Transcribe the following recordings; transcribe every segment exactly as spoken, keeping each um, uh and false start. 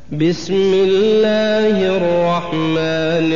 بسم الله الرحمن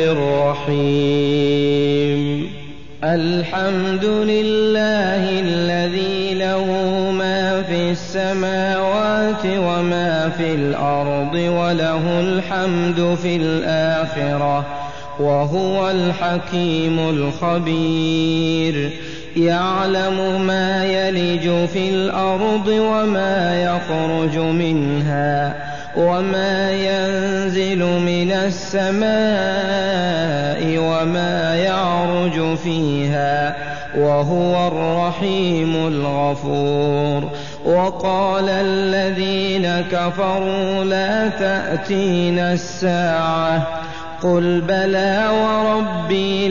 الرحيم. الحمد لله الذي له ما في السماوات وما في الأرض وله الحمد في الآخرة وهو الحكيم الخبير. يعلم ما يلج في الأرض وما يخرج منها وما ينزل من السماء وما يعرج فيها وهو الرحيم الغفور. وقال الذين كفروا لا تأتينا الساعة قل بلى وربي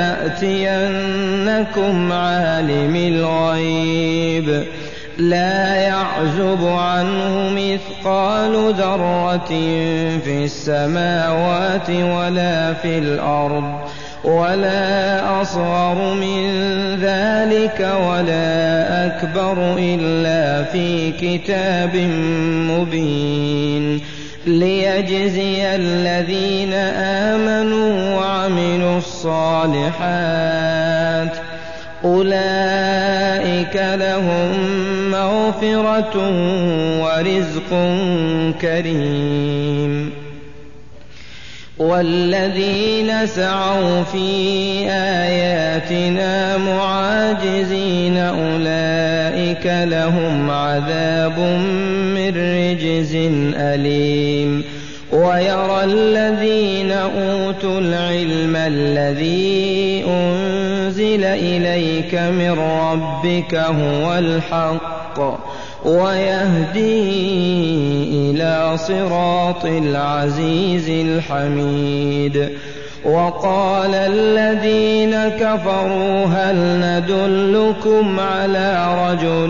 لتأتينكم عالم الغيب لا يعزب عنه مثقال ذرة في السماوات ولا في الأرض ولا أصغر من ذلك ولا أكبر إلا في كتاب مبين ليجزي الذين آمنوا وعملوا الصالحات أولئك لهم مغفرة ورزق كريم. والذين سعوا في آياتنا معاجزين أولئك لهم عذاب من رجز أليم. ويرى الذين أوتوا العلم الذي أنزل إليك من ربك هو الحق ويهدي إلى صراط العزيز الحميد. وقال الذين كفروا هل ندلكم على رجل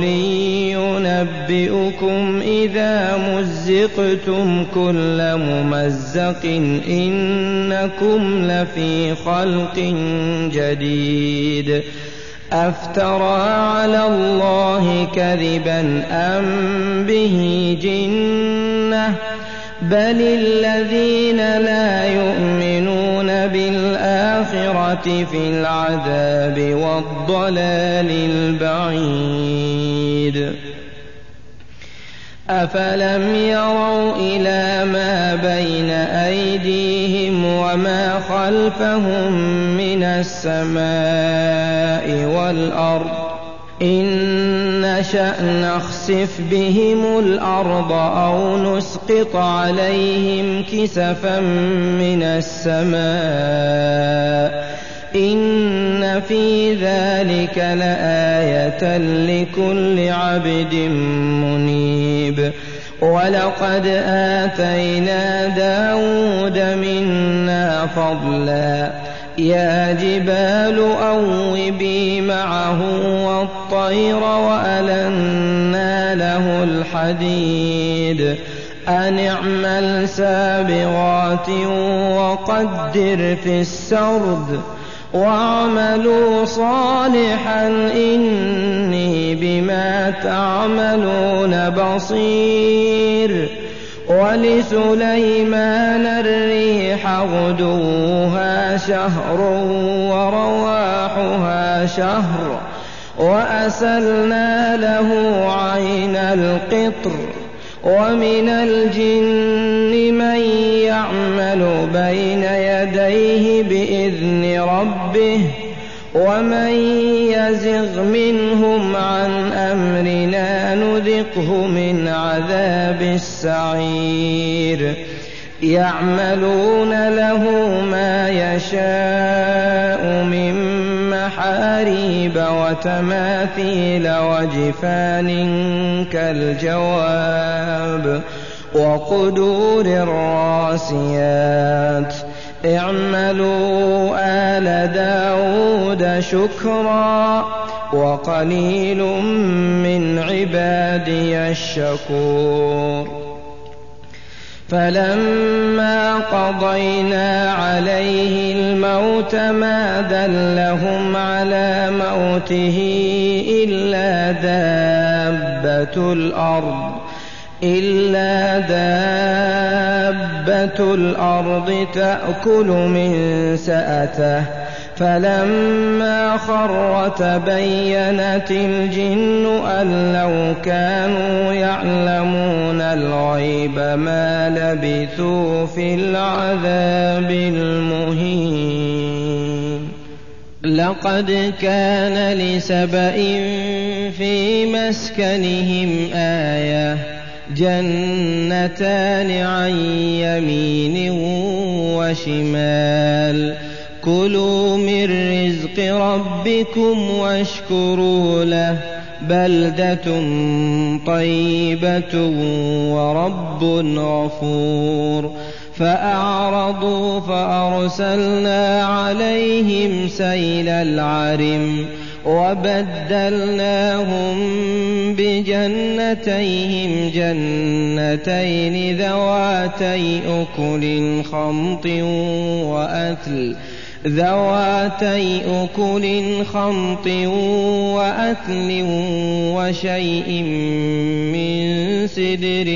ينبئكم إذا مزقتم كل ممزق إنكم لفي خلق جديد أفترى على الله كذبا أم به جنة بل الذين لا يؤمنون بالآخرة في العذاب والضلال البعيد. أفلم يروا إلى ما بين أيديهم وما خلفهم من السماء والأرض إن نشأ نخسف بهم الأرض أو نسقط عليهم كسفا من السماء إن في ذلك لآية لكل عبد منيب. ولقد آتينا داود منا فضلا يا جبال أوبي معه والطير وألنا له الحديد أن اعمل سابغات وقدر في السرد واعملوا صالحا إني بما تعملون بصير. ولسليمان الريح غدوها شهر ورواحها شهر وأسلنا له عين القطر. ومن الجن من يعمل بين يديه بإذن ربه ومن يزغ منهم عن أمرنا نذقه من عذاب السعير. يعملون له ما يشاء من محاريب وتماثيل وجفان كالجواب وقدور الراسيات اعملوا آل داود شكرا وقليل من عبادي الشكور. فلما قضينا عليه الموت ما دلهم على موته إلا دابة الأرض إلا دابة دابة الأرض تأكل من سأته فلما خر تبينت الجن أن لو كانوا يعلمون الغيب ما لبثوا في العذاب المهين. لقد كان لسبإ في مسكنهم آية جنتان عن يمين وشمال كلوا من رزق ربكم واشكروا له بلدة طيبة ورب غفور. فأعرضوا فأرسلنا عليهم سيل العرم وبدلناهم بجنتيهم جنتين ذواتي أكل خمط وأثل ذواتي أكل خمط وأثل وشيء من سدر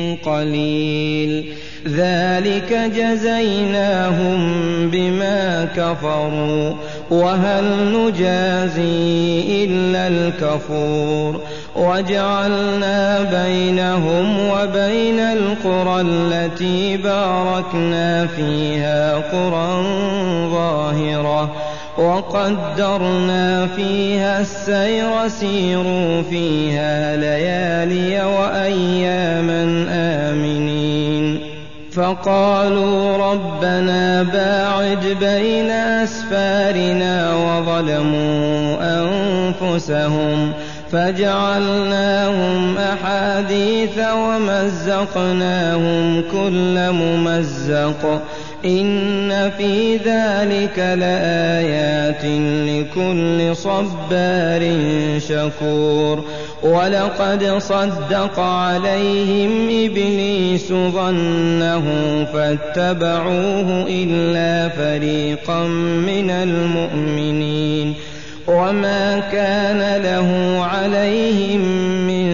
قليل ذلك جزيناهم بما كفروا وهل نجازي إلا الكفور. وجعلنا بينهم وبين القرى التي باركنا فيها قرى ظاهرة وقدرنا فيها السير سيروا فيها ليالي وأياما آمنين. فقالوا ربنا باعد بين أسفارنا وظلموا أنفسهم فجعلناهم أحاديث ومزقناهم كل ممزق إن في ذلك لآيات لكل صبار شكور. ولقد صدق عليهم إبليس ظنه فاتبعوه إلا فريقا من المؤمنين وما كان له عليهم من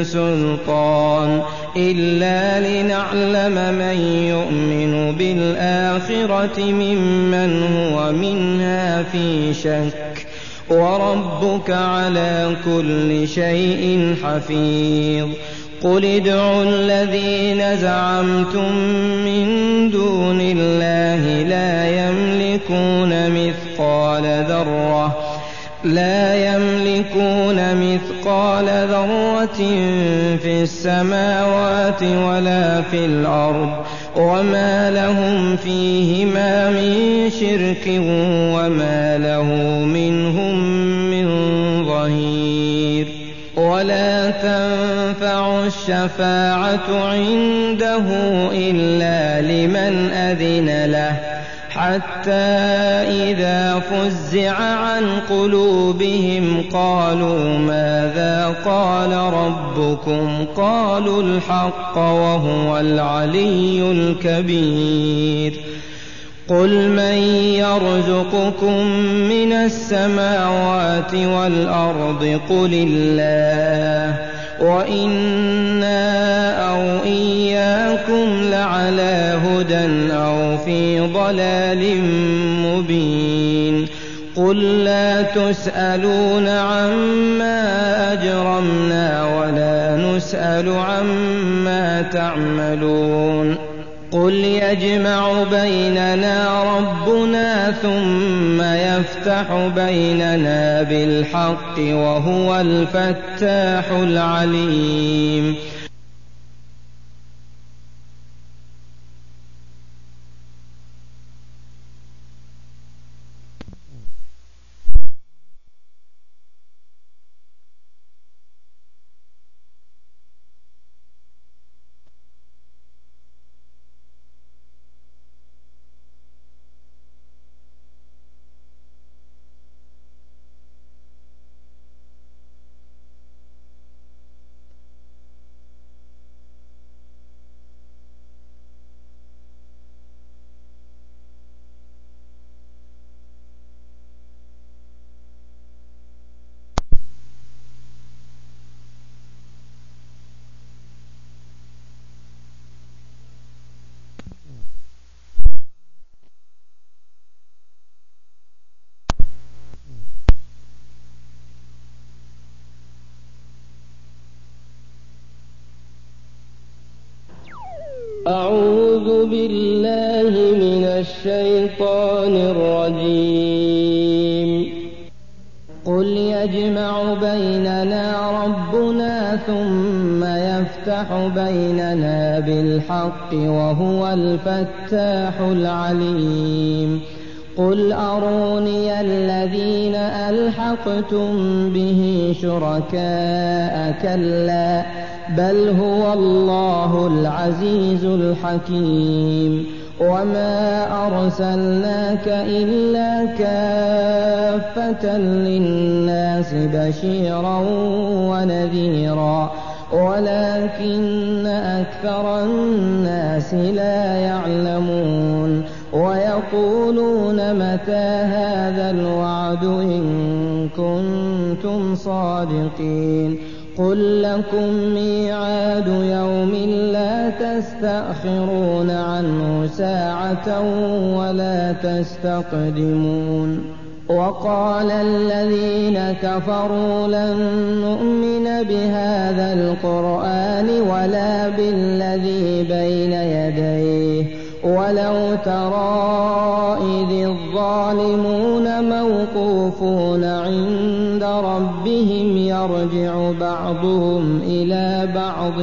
سلطان إلا لنعلم من يؤمن بالآخرة ممن هو منها في شك وربك على كل شيء حفيظ. قل ادعوا الذين زعمتم من دون الله لا يملكون مثقال ذرة لا يملكون مثقال ذرة في السماوات ولا في الأرض وما لهم فيهما من شرك وما له منهم من ظهير. ولا تنفع الشفاعة عنده إلا لمن أذن له حتى إذا فزع عن قلوبهم قالوا ماذا قال ربكم قالوا الحق وهو العلي الكبير. قل من يرزقكم من السماوات والأرض قل الله وإنا أو إياكم لعلى هدى أو في ضلال مبين. قل لا تسألون عما أجرمنا ولا نسأل عما تعملون. قل يجمع بيننا ربنا ثم يفتح بيننا بالحق وهو الفتاح العليم. أعوذ بالله من الشيطان الرجيم. قل يجمع بيننا ربنا ثم يفتح بيننا بالحق وهو الفتاح العليم. قل أروني الذين ألحقتم به شركاء كلا بل هو الله العزيز الحكيم. وما أرسلناك إلا كافة للناس بشيرا ونذيرا ولكن أكثر الناس لا يعلمون. ويقولون متى هذا الوعد إن كنتم صادقين. قل لكم ميعاد يوم لا تستأخرون عنه ساعة ولا تستقدمون. وقال الذين كفروا لن نؤمن بهذا القرآن ولا بالذي بين يديه ولو ترى إذ الظالمون موقوفون عند ربهم يرجع بعضهم إلى بعض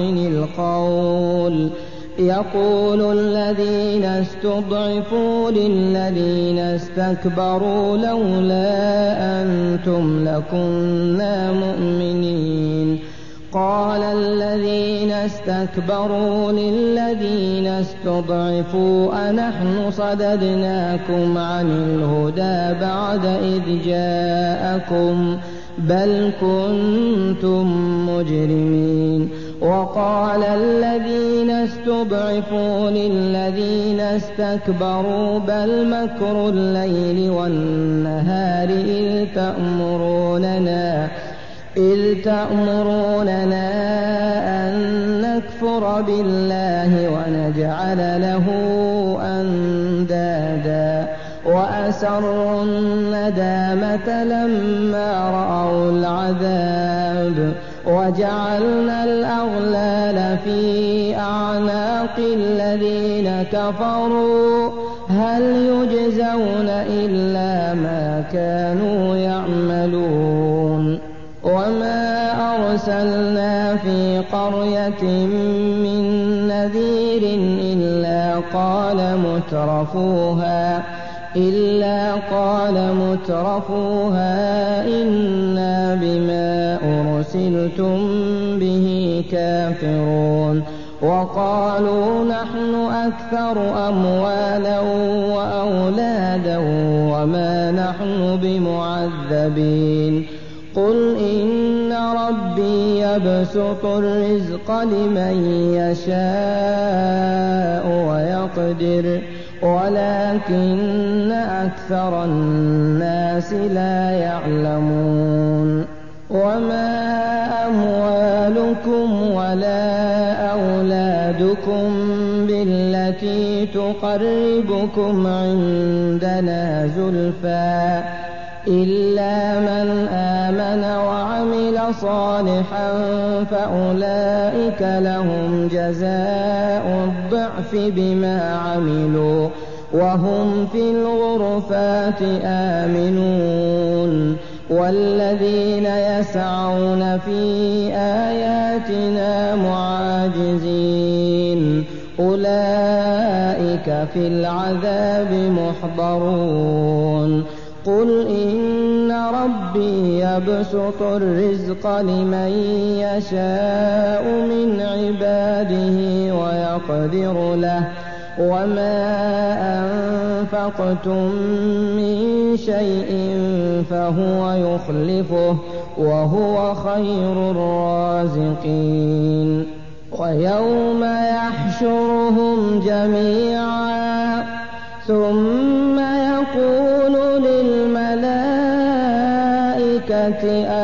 القول يقول الذين استضعفوا للذين استكبروا لولا أنتم لكنا مؤمنين. قال الذين استكبروا للذين استضعفوا أنحن صددناكم عن الهدى بعد إذ جاءكم بل كنتم مجرمين. وقال الذين استضعفوا للذين استكبروا بل مكر الليل والنهار إذ تأمروننا إذ تأمروننا أن نكفر بالله ونجعل له أندادا وأسروا الندامة لما رأوا العذاب وجعلنا الأغلال في أعناق الذين كفروا هل يجزون إلا ما كانوا يعملون. وما أرسلنا في قرية من نذير إلا قال مترفوها إلا قال مترفوها إنا بما أرسلتم به كافرون. وقالوا نحن أكثر أموالا وأولادا وما نحن بمعذبين. قل إن ربي يبسط الرزق لمن يشاء ويقدر ولكن أكثر الناس لا يعلمون. وما أموالكم ولا أولادكم بالتي تقربكم عندنا زلفى إلا من آمن وعمل صالحا فأولئك لهم جزاء الضعف بما عملوا وهم في الغرفات آمنون. والذين يسعون في آياتنا معاجزين أولئك في العذاب محضرون. قل إن ربي يبسط الرزق لمن يشاء من عباده ويقدر له وما أنفقتم من شيء فهو يخلفه وهو خير الرازقين. ويوم يحشرهم جميعا ثم يقول للملائكة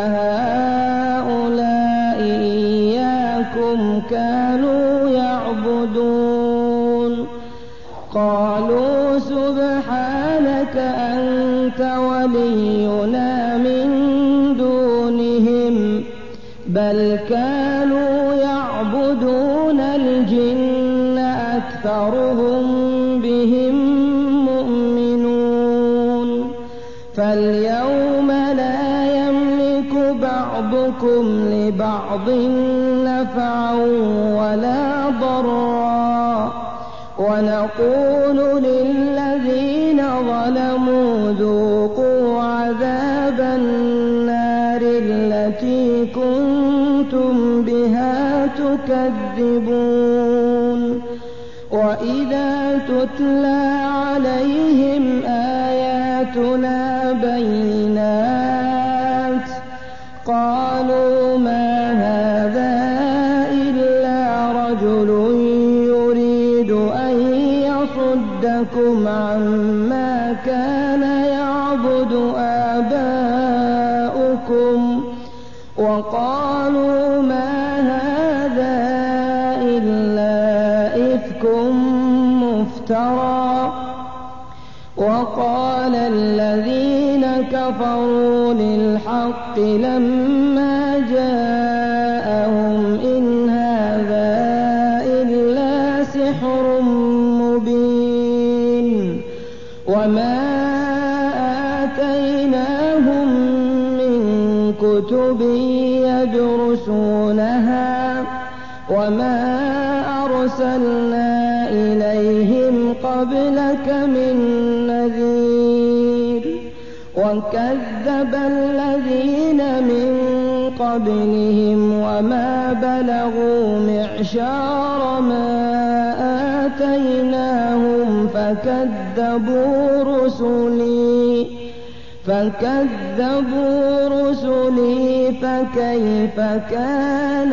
أهؤلاء إياكم كانوا يعبدون قالوا سبحانك أنت ولينا من دونهم بل كانوا يعبدون الجن أكثرهم بهم مؤمنون فاليوم لا يملك بعضكم لبعض نفعا ولا ضرا ونقول للذين ظلموا ذوقوا عذاب النار التي كنتم بها تكذبون وإذا تتلى عليهم آياتنا بينات قالوا ما هذا إلا رجل يريد أن يصدكم عما كان يعبد آباؤكم وقالوا ما هذا إلا إفك مفترى وقال الذين كفروا للحق لما جاءهم إن هذا إلا سحر مبين وما آتيناهم من كتب يدرسونها وما أرسلنا إليهم قبلك من نذير وكذب الذين من قبلهم وما بلغوا معشار ما آتيناهم فكذبوا رسلي فكذبوا رسلي فكيف كان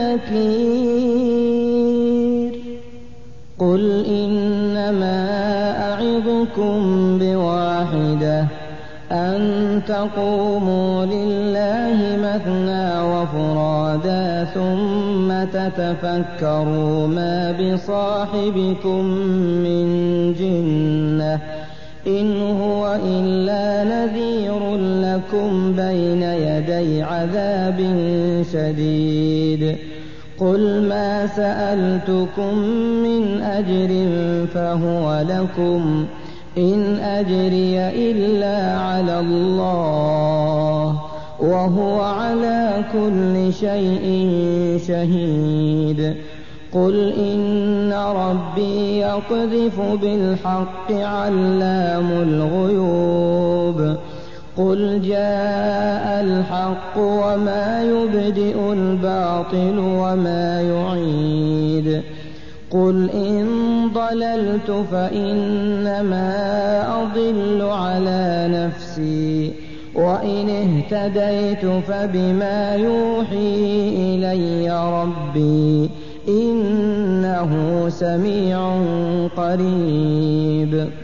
نكير قل إنما أعظكم بواحدة أن تقوموا لله مثنى وفرادا ثم تتفكروا ما بصاحبكم من جنة إن هو إلا نذير لكم بين يدي عذاب شديد قل ما سألتكم من أجر فهو لكم إن أجري إلا على الله وهو على كل شيء شهيد قل إن ربي يقذف بالحق علام الغيوب قل جاء الحق وما يبدئ الباطل وما يعيد قل إن ضللت فإنما أضل على نفسي وإن اهتديت فبما يوحي إلي ربي إنه سميع قريب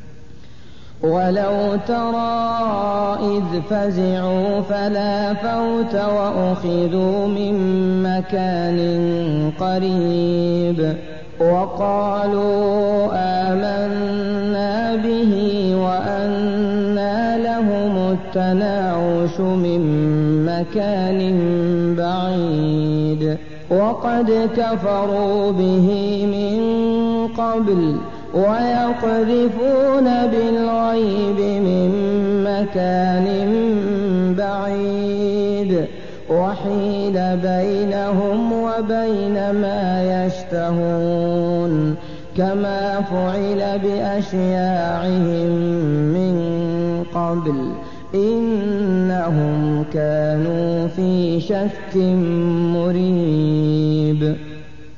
ولو ترى إذ فزعوا فلا فوت وأخذوا من مكان قريب وقالوا آمنا به وأنى لهم التناوش من مكان بعيد وقد كفروا به من قبل ويقذفون بالغيب من مكان بعيد وحيل بينهم وبين ما يشتهون كما فعل بأشياعهم من قبل إنهم كانوا في شك مريب